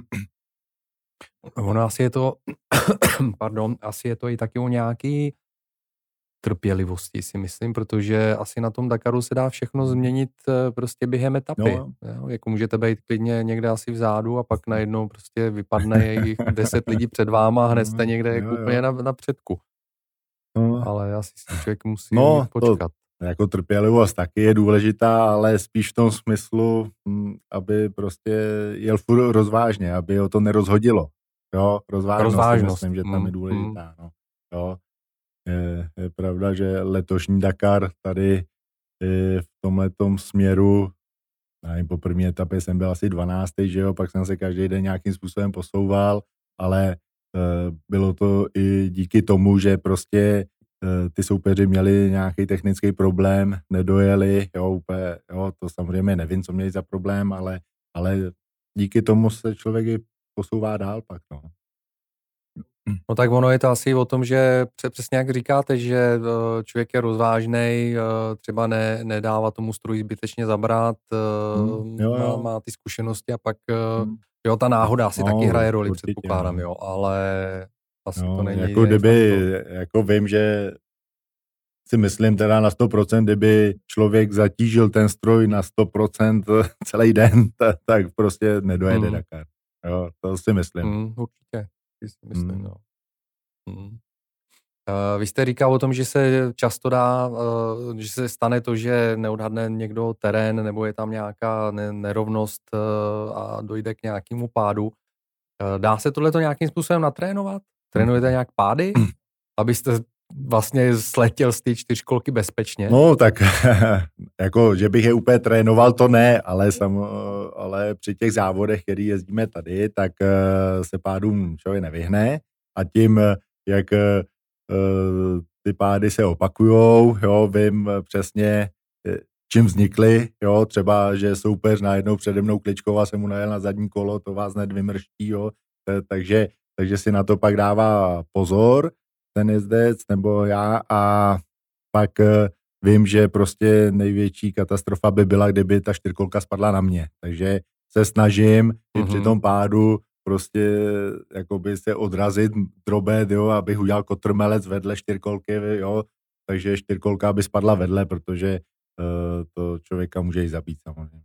Ono asi je to, asi je to i taky o nějaký trpělivosti, si myslím, protože asi na tom Dakaru se dá všechno změnit prostě během etapy. Jo, jako můžete být klidně někde asi vzadu a pak najednou prostě vypadne jich 10 lidí před váma a hned jste někde jako úplně na předku. Ale asi si člověk musí počkat. Jako trpělivost taky je důležitá, ale spíš v tom smyslu, aby prostě jel furt rozvážně, aby ho to nerozhodilo. Jo, rozvážnost. Myslím, že tam je důležitá. No. Jo. Je pravda, že letošní Dakar tady v tomhletom směru, po první etapě jsem byl asi 12. že jo, pak jsem se každý den nějakým způsobem posouval, ale bylo to i díky tomu, že prostě ty soupeři měli nějaký technický problém, nedojeli, jo, úplně, jo, to samozřejmě nevím, co měli za problém, ale díky tomu se člověk i posouvá dál pak, no. No tak ono je to asi o tom, že přesně jak říkáte, že člověk je rozvážnej, třeba nedává tomu stroji zbytečně zabrat, má ty zkušenosti a pak jo, ta náhoda asi taky hraje roli, určitě, předpokládám, jo, ale asi to není... Jako kdyby, jako vím, že si myslím teda na 100%, kdyby člověk zatížil ten stroj na 100% celý den, tak prostě nedojede Dakar. Jo, to si myslím. Určitě, si myslím, no. Vy jste říkal o tom, že se často dá, že se stane to, že neodhadne někdo terén, nebo je tam nějaká nerovnost a dojde k nějakému pádu. Dá se tohleto nějakým způsobem natrénovat? Trénujete nějak pády, abyste vlastně sletěl z ty čtyřkolky bezpečně? No tak, jako, že bych je úplně trénoval, to ne, ale při těch závodech, který jezdíme tady, tak se pádům člověk nevyhne a tím, jak ty pády se opakujou, jo, vím přesně, čím vznikly, jo, třeba, že soupeř najednou přede mnou kličkou a se mu najel na zadní kolo, to vás hned vymrští, jo, takže si na to pak dává pozor, ten jezdec nebo já, a pak vím, že prostě největší katastrofa by byla, kdyby ta čtyřkolka spadla na mě, takže se snažím i při tom pádu prostě jakoby se odrazit drobet, jo, abych udělal kotrmelec vedle čtyřkolky, jo, takže čtyřkolka by spadla vedle, protože to člověka může i zabít samozřejmě.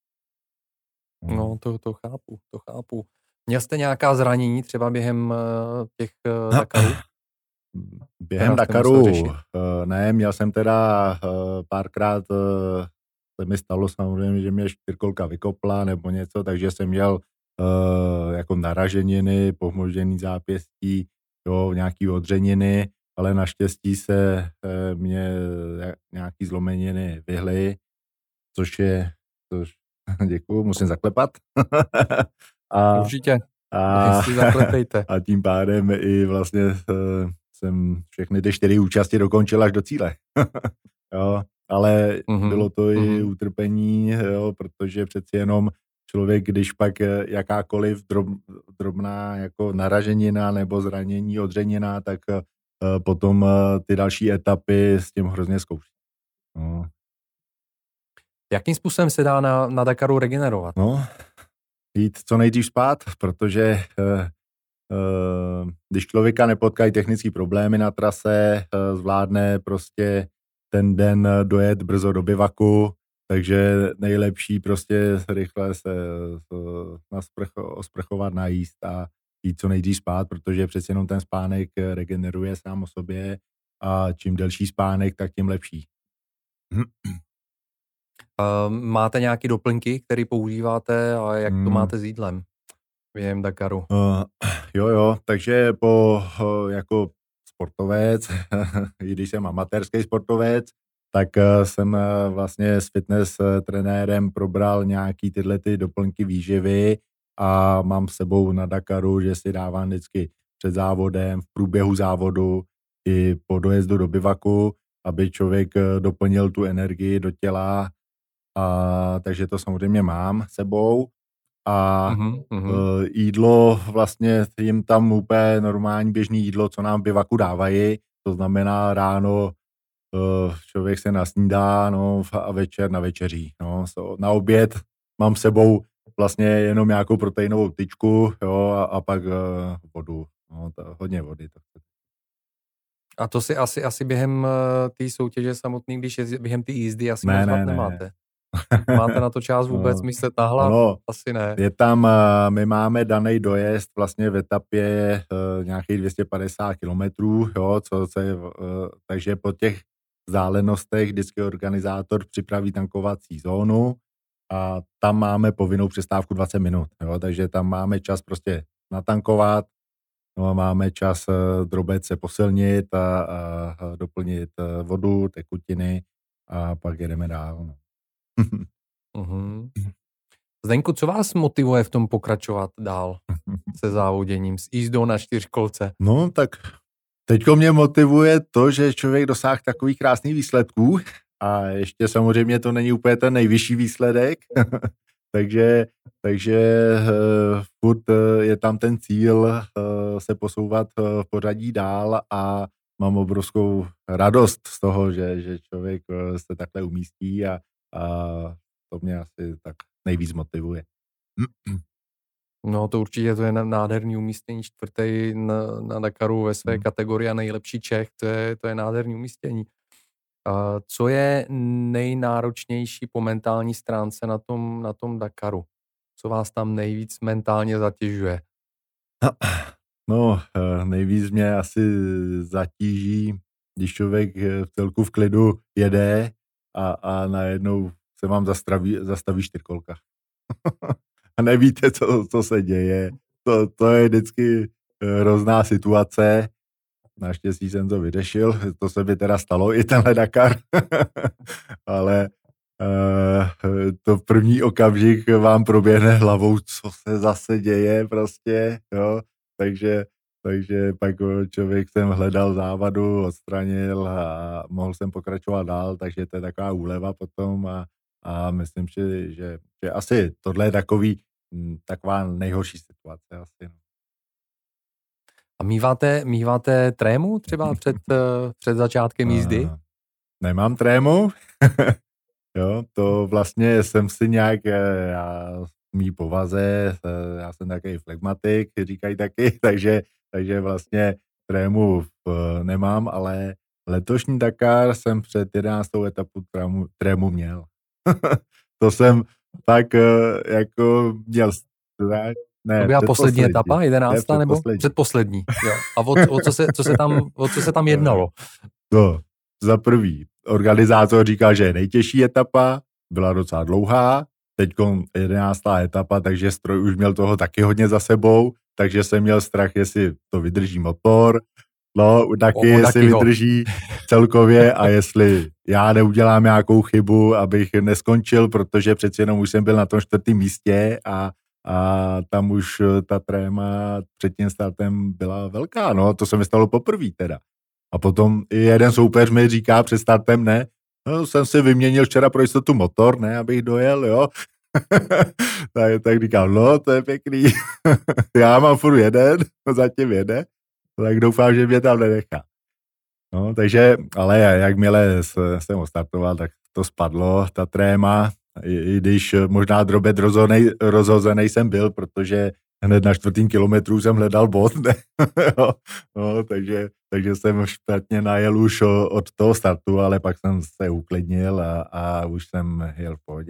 No, to chápu. Měl jste nějaká zranění třeba během těch Dakarů? Během Dakaru ne, měl jsem teda párkrát se mi stalo samozřejmě, že mě čtyřkolka vykopla nebo něco, takže jsem měl jako naraženiny, pohmožený zápěstí, jo, nějaký odřeniny, ale naštěstí se mě nějaký zlomeniny vyhly, což děkuju, musím zaklepat. Určitě, a tím pádem i vlastně jsem všechny ty 4 účasti dokončil až do cíle. Jo, ale bylo to i utrpení, jo, protože přeci jenom člověk, když pak jakákoliv drobná jako naraženina nebo zranění, odřenina, tak potom ty další etapy s tím hrozně zkouší. No. Jakým způsobem se dá na Dakaru regenerovat? No, jít co nejdřív spát, protože když člověka nepotkají technické problémy na trase, zvládne prostě ten den dojet brzo do bivaku, takže nejlepší prostě rychle se osprchovat, najíst a jít co nejdřív spát, protože přeci jenom ten spánek regeneruje sám o sobě a čím delší spánek, tak tím lepší. Máte nějaké doplňky, které používáte a jak to máte s jídlem během Dakaru? Jo, takže jako sportovec, i když jsem amatérský sportovec, tak jsem vlastně s fitness trenérem probral nějaký tyhle ty doplňky výživy a mám s sebou na Dakaru, že si dávám vždycky před závodem, v průběhu závodu i po dojezdu do bivaku, aby člověk doplnil tu energii do těla. Takže to samozřejmě mám sebou. A jídlo vlastně jim tam úplně normální běžný jídlo, co nám v bivaku dávají, to znamená ráno člověk se nasnídá, no, a večer na večeří. No. Na oběd mám sebou vlastně jenom nějakou proteinovou tyčku, jo, a pak vodu. No, hodně vody. A to si asi během té soutěže samotný, když je během té jízdy, asi moc nemáte. Máte na to čas vůbec myslet na hlad? No, asi ne. Je tam, my máme daný dojezd vlastně v etapě nějakých 250 kilometrů, jo, takže po těch vzdálenostech vždycky organizátor připraví tankovací zónu a tam máme povinnou přestávku 20 minut, jo, takže tam máme čas prostě natankovat, no, máme čas drobet se posilnit a doplnit vodu, tekutiny a pak jedeme dál. No. Zdeňku, co vás motivuje v tom pokračovat dál se závoděním, s jízdou na čtyřkolce? No, tak teďko mě motivuje to, že člověk dosáhl takových krásných výsledků a ještě samozřejmě to není úplně ten nejvyšší výsledek, takže furt je tam ten cíl se posouvat v pořadí dál a mám obrovskou radost z toho, že člověk se takhle umístí a to mě asi tak nejvíc motivuje. No to určitě, to je nádherný umístění, 4. na Dakaru ve své kategorii a nejlepší Čech, to je nádherný umístění. Co je nejnáročnější po mentální stránce na tom Dakaru? Co vás tam nejvíc mentálně zatěžuje? No, nejvíc mě asi zatíží, když člověk v celku v klidu jede a najednou se vám zastaví čtyřkolka. A nevíte, co se děje. To je vždycky hrozná situace. Naštěstí jsem to vyřešil, to se mi teda stalo i tenhle Dakar, ale to první okamžik vám proběhne hlavou, co se zase děje prostě, jo, takže pak člověk jsem hledal závadu, odstranil a mohl jsem pokračovat dál, takže to je taková úleva potom a myslím si, že asi tohle je taková nejhorší situace asi. No. A míváte trému třeba před začátkem jízdy? Nemám trému. Jo, to vlastně jsem si nějak, já v mý povaze, já jsem takový flegmatik, říkají taky, takže vlastně trému nemám, ale letošní Dakar jsem před 11. etapu trému měl. To jsem tak jako měl ne, to byla poslední etapa, 11. nebo předposlední. Jo. A o co se tam jednalo? No, za prvý, organizátor říkal, že je nejtěžší etapa, byla docela dlouhá, teďko 11. etapa, takže stroj už měl toho taky hodně za sebou, takže jsem měl strach, jestli to vydrží motor, no, taky jestli vydrží celkově a jestli já neudělám nějakou chybu, abych neskončil, protože přeci jenom už jsem byl na tom 4. místě a tam už ta tréma před tím startem byla velká, no, to se mi stalo poprvé teda. A potom i jeden soupeř mi říká před startem, ne, no, jsem si vyměnil včera pro jistotu motor, ne, abych dojel, jo. tak říkám, no, to je pěkný. Já mám furt jeden, zatím jede, tak doufám, že mě tam nenechá. No, takže, ale jakmile jsem ostartoval, tak to spadlo, ta tréma, i když možná drobet rozhozenej jsem byl, protože hned na 4. kilometru jsem hledal bod, ne? No, takže jsem špatně najel už od toho startu, ale pak jsem se uklidnil a už jsem jel v pohodě.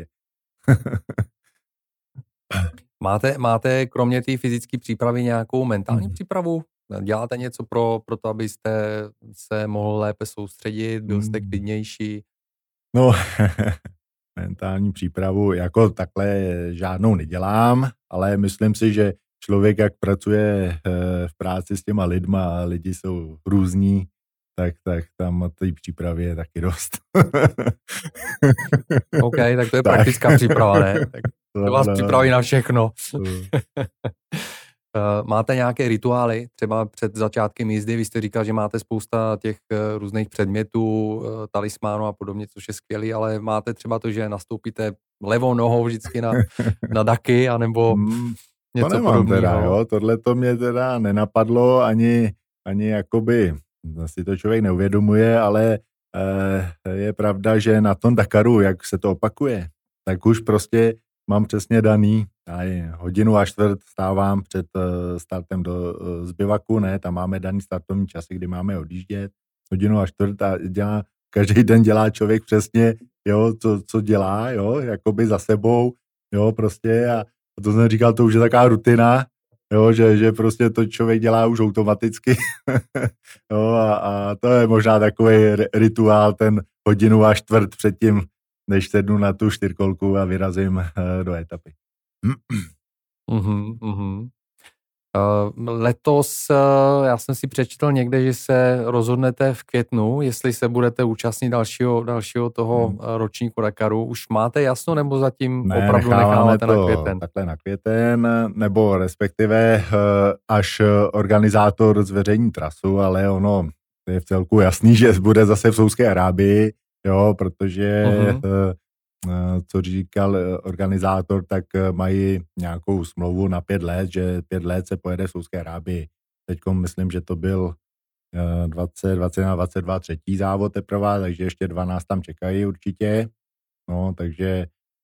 Máte kromě té fyzické přípravy nějakou mentální přípravu? Děláte něco pro to, abyste se mohl lépe soustředit, byl jste klidnější? No, mentální přípravu jako takhle žádnou nedělám, ale myslím si, že člověk, jak pracuje v práci s těma lidma a lidi jsou různí, tak tam té přípravy je taky dost. OK, tak to je praktická příprava, ne? Tak to vás připraví na všechno. Máte nějaké rituály, třeba před začátkem jízdy? Vy jste říkal, že máte spousta těch různých předmětů, talismánů a podobně, což je skvělý, ale máte třeba to, že nastoupíte levou nohou vždycky na daky, anebo něco to nemám podobného? Teda, jo, tohle to mě teda nenapadlo, ani jakoby si to člověk neuvědomuje, ale je pravda, že na tom Dakaru, jak se to opakuje, tak už prostě mám přesně daný, hodinu a čtvrt stávám před startem z bivaku, ne, tam máme daný startovní časy, kdy máme odjíždět, hodinu a čtvrt a každý den dělá člověk přesně, jo, co dělá, jo, jakoby za sebou, jo, prostě a to jsem říkal, to už je taková rutina, jo, že prostě to člověk dělá už automaticky, jo, a to je možná takový rituál, ten hodinu a čtvrt předtím, než sednu na tu čtyřkolku a vyrazím do etapy. Letos, já jsem si přečetl někde, že se rozhodnete v květnu, jestli se budete účastnit dalšího toho ročníku Dakaru. Už máte jasno, nebo zatím opravdu necháváte na květen? Takhle na květen, nebo respektive až organizátor zveřejní trasu, ale ono je v celku jasný, že bude zase v Saúdské Arábii, jo, protože co říkal organizátor, tak mají nějakou smlouvu na 5 let, že 5 let se pojede v Saúdské Arábii. Teďko myslím, že to byl 2021, 22, třetí závod teprve, takže ještě 12 tam čekají určitě. No, takže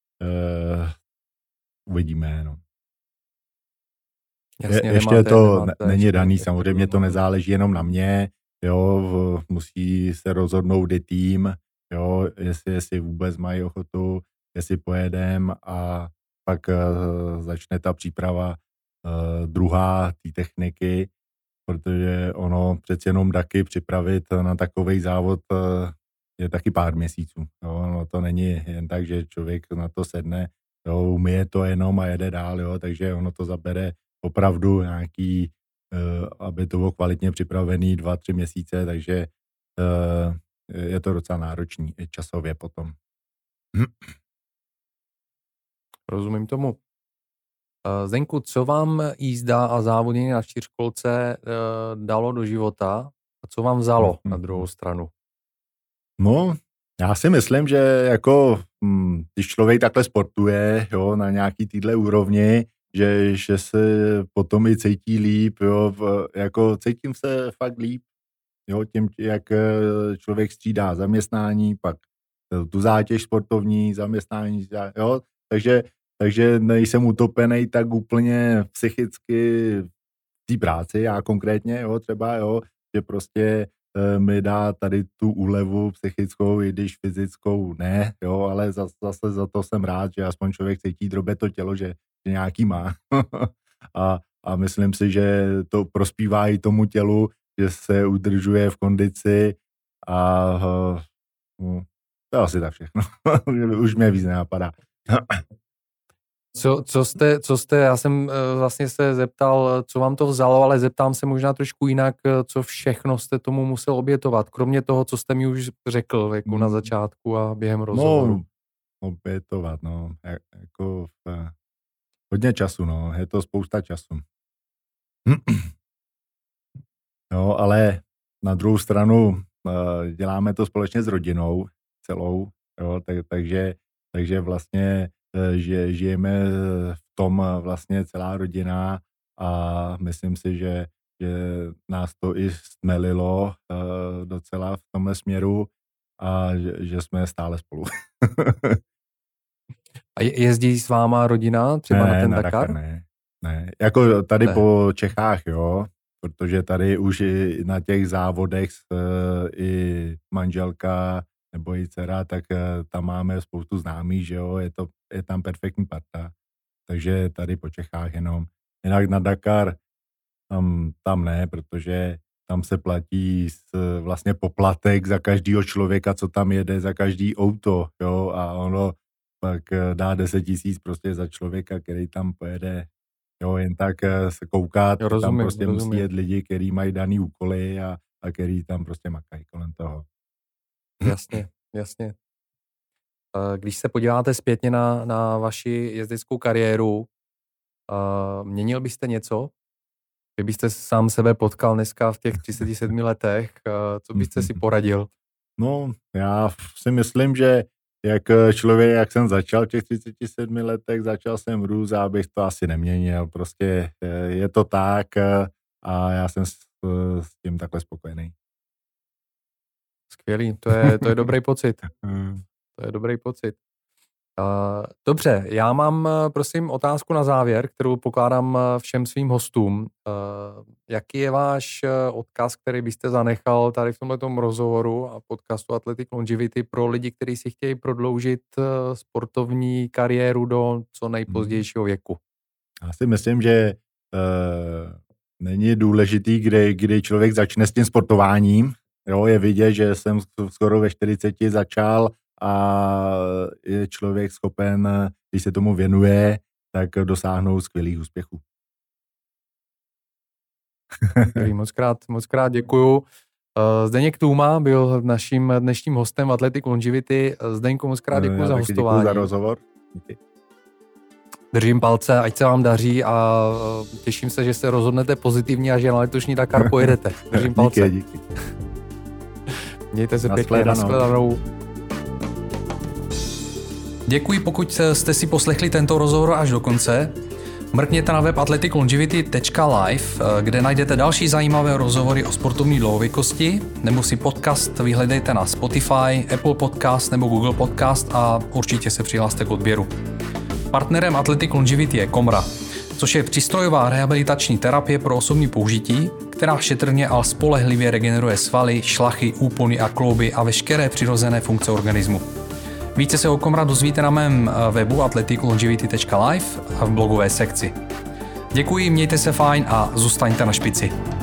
uvidíme, no. Jasně, ještě to není daný, samozřejmě to nezáleží jenom na mě, jo, musí se rozhodnout i tým, jo, jestli vůbec mají ochotu, jestli pojedem a pak začne ta příprava druhá té techniky, protože ono přeci jenom taky připravit na takovej závod je taky pár měsíců. Jo. No to není jen tak, že člověk na to sedne, jo, umije to jenom a jede dál, jo, takže ono to zabere opravdu nějaký, aby to bylo kvalitně připravený 2-3 měsíce, takže je to docela náročný i časově potom. Rozumím tomu. Zdenku, co vám jízda a závodění na čtyřkolce dalo do života a co vám vzalo na druhou stranu? No, já si myslím, že jako když člověk takhle sportuje, jo, na nějaký týhle úrovni, že se potom i cítí líp, jo, jako cítím se fakt líp, jo, tím, jak člověk střídá zaměstnání, pak tu zátěž sportovní, zaměstnání, jo, takže nejsem utopený tak úplně psychicky v té práci, já konkrétně, jo, třeba, jo, že prostě mi dá tady tu úlevu psychickou, i když fyzickou ne, jo, ale zase za to jsem rád, že aspoň člověk cítí drobě to tělo, že nějaký má. a myslím si, že to prospívá i tomu tělu, že se udržuje v kondici a to je asi tak všechno. Už mě víc nenapadá. Co jste, já jsem vlastně se zeptal, co vám to vzalo, ale zeptám se možná trošku jinak, co všechno jste tomu musel obětovat, kromě toho, co jste mi už řekl jako na začátku a během rozhovoru. No, obětovat, no, jako hodně času, no, je to spousta času. No, ale na druhou stranu děláme to společně s rodinou celou, jo, takže vlastně že žijeme v tom vlastně celá rodina a myslím si, že nás to i stmelilo docela v tomhle směru a že jsme stále spolu. A jezdí s váma rodina třeba na ten Dakar? Ne. Jako tady po Čechách, jo, protože tady už i na těch závodech i manželka nebo i dcera, tak tam máme spoustu známých, že jo, je tam perfektní parta, takže tady po Čechách jenom. Jinak na Dakar tam ne, protože tam se platí vlastně poplatek za každého člověka, co tam jede, za každý auto, jo, a ono pak dá 10 000 prostě za člověka, který tam pojede, jo, jen tak se koukat, tam prostě musí jet lidi, kteří mají daný úkoly a který tam prostě makají kolem toho. Jasně. Když se podíváte zpětně na vaši jezdeckou kariéru, měnil byste něco? Kdybyste sám sebe potkal dneska v těch 37 letech, co byste si poradil? No, já si myslím, že jak jsem začal v těch 37 letech, začal jsem růst a abych to asi neměnil. Prostě je to tak a já jsem s tím takhle spokojený. Skvělý, to je dobrý pocit. To je dobrý pocit. Dobře, já mám, prosím, otázku na závěr, kterou pokládám všem svým hostům. Jaký je váš odkaz, který byste zanechal tady v tomhletom rozhovoru a podcastu Athletic Longevity pro lidi, kteří si chtějí prodloužit sportovní kariéru do co nejpozdějšího věku? Já si myslím, že není důležitý, kdy člověk začne s tím sportováním. Jo, je vidět, že jsem skoro ve 40 začal a je člověk schopen, když se tomu věnuje, tak dosáhnout skvělých úspěchů. Moc krát děkuju. Zdeněk Tůma byl naším dnešním hostem Athletic Longevity. Zdeňku, moc krát děkuju za hostování. Děkuju za rozhovor. Díky. Držím palce, ať se vám daří a těším se, že se rozhodnete pozitivně a že na letošní Dakar pojedete. Držím palce. Díky. Mějte se pěkně, nashledanou. Děkuji, pokud jste si poslechli tento rozhovor až do konce. Mrkněte na web athleticlongevity.live, kde najdete další zajímavé rozhovory o sportovní dlouhověkosti, nebo si podcast vyhledejte na Spotify, Apple Podcast nebo Google Podcast a určitě se přihlaste k odběru. Partnerem Athletic Longevity je Komra, což je přístrojová rehabilitační terapie pro osobní použití, která která šetrně a spolehlivě regeneruje svaly, šlachy, úpony a klouby a veškeré přirozené funkce organismu. Více se o Comrade dozvíte na mém webu athleticlongevity.life a v blogové sekci. Děkuji, mějte se fajn a zůstaňte na špici.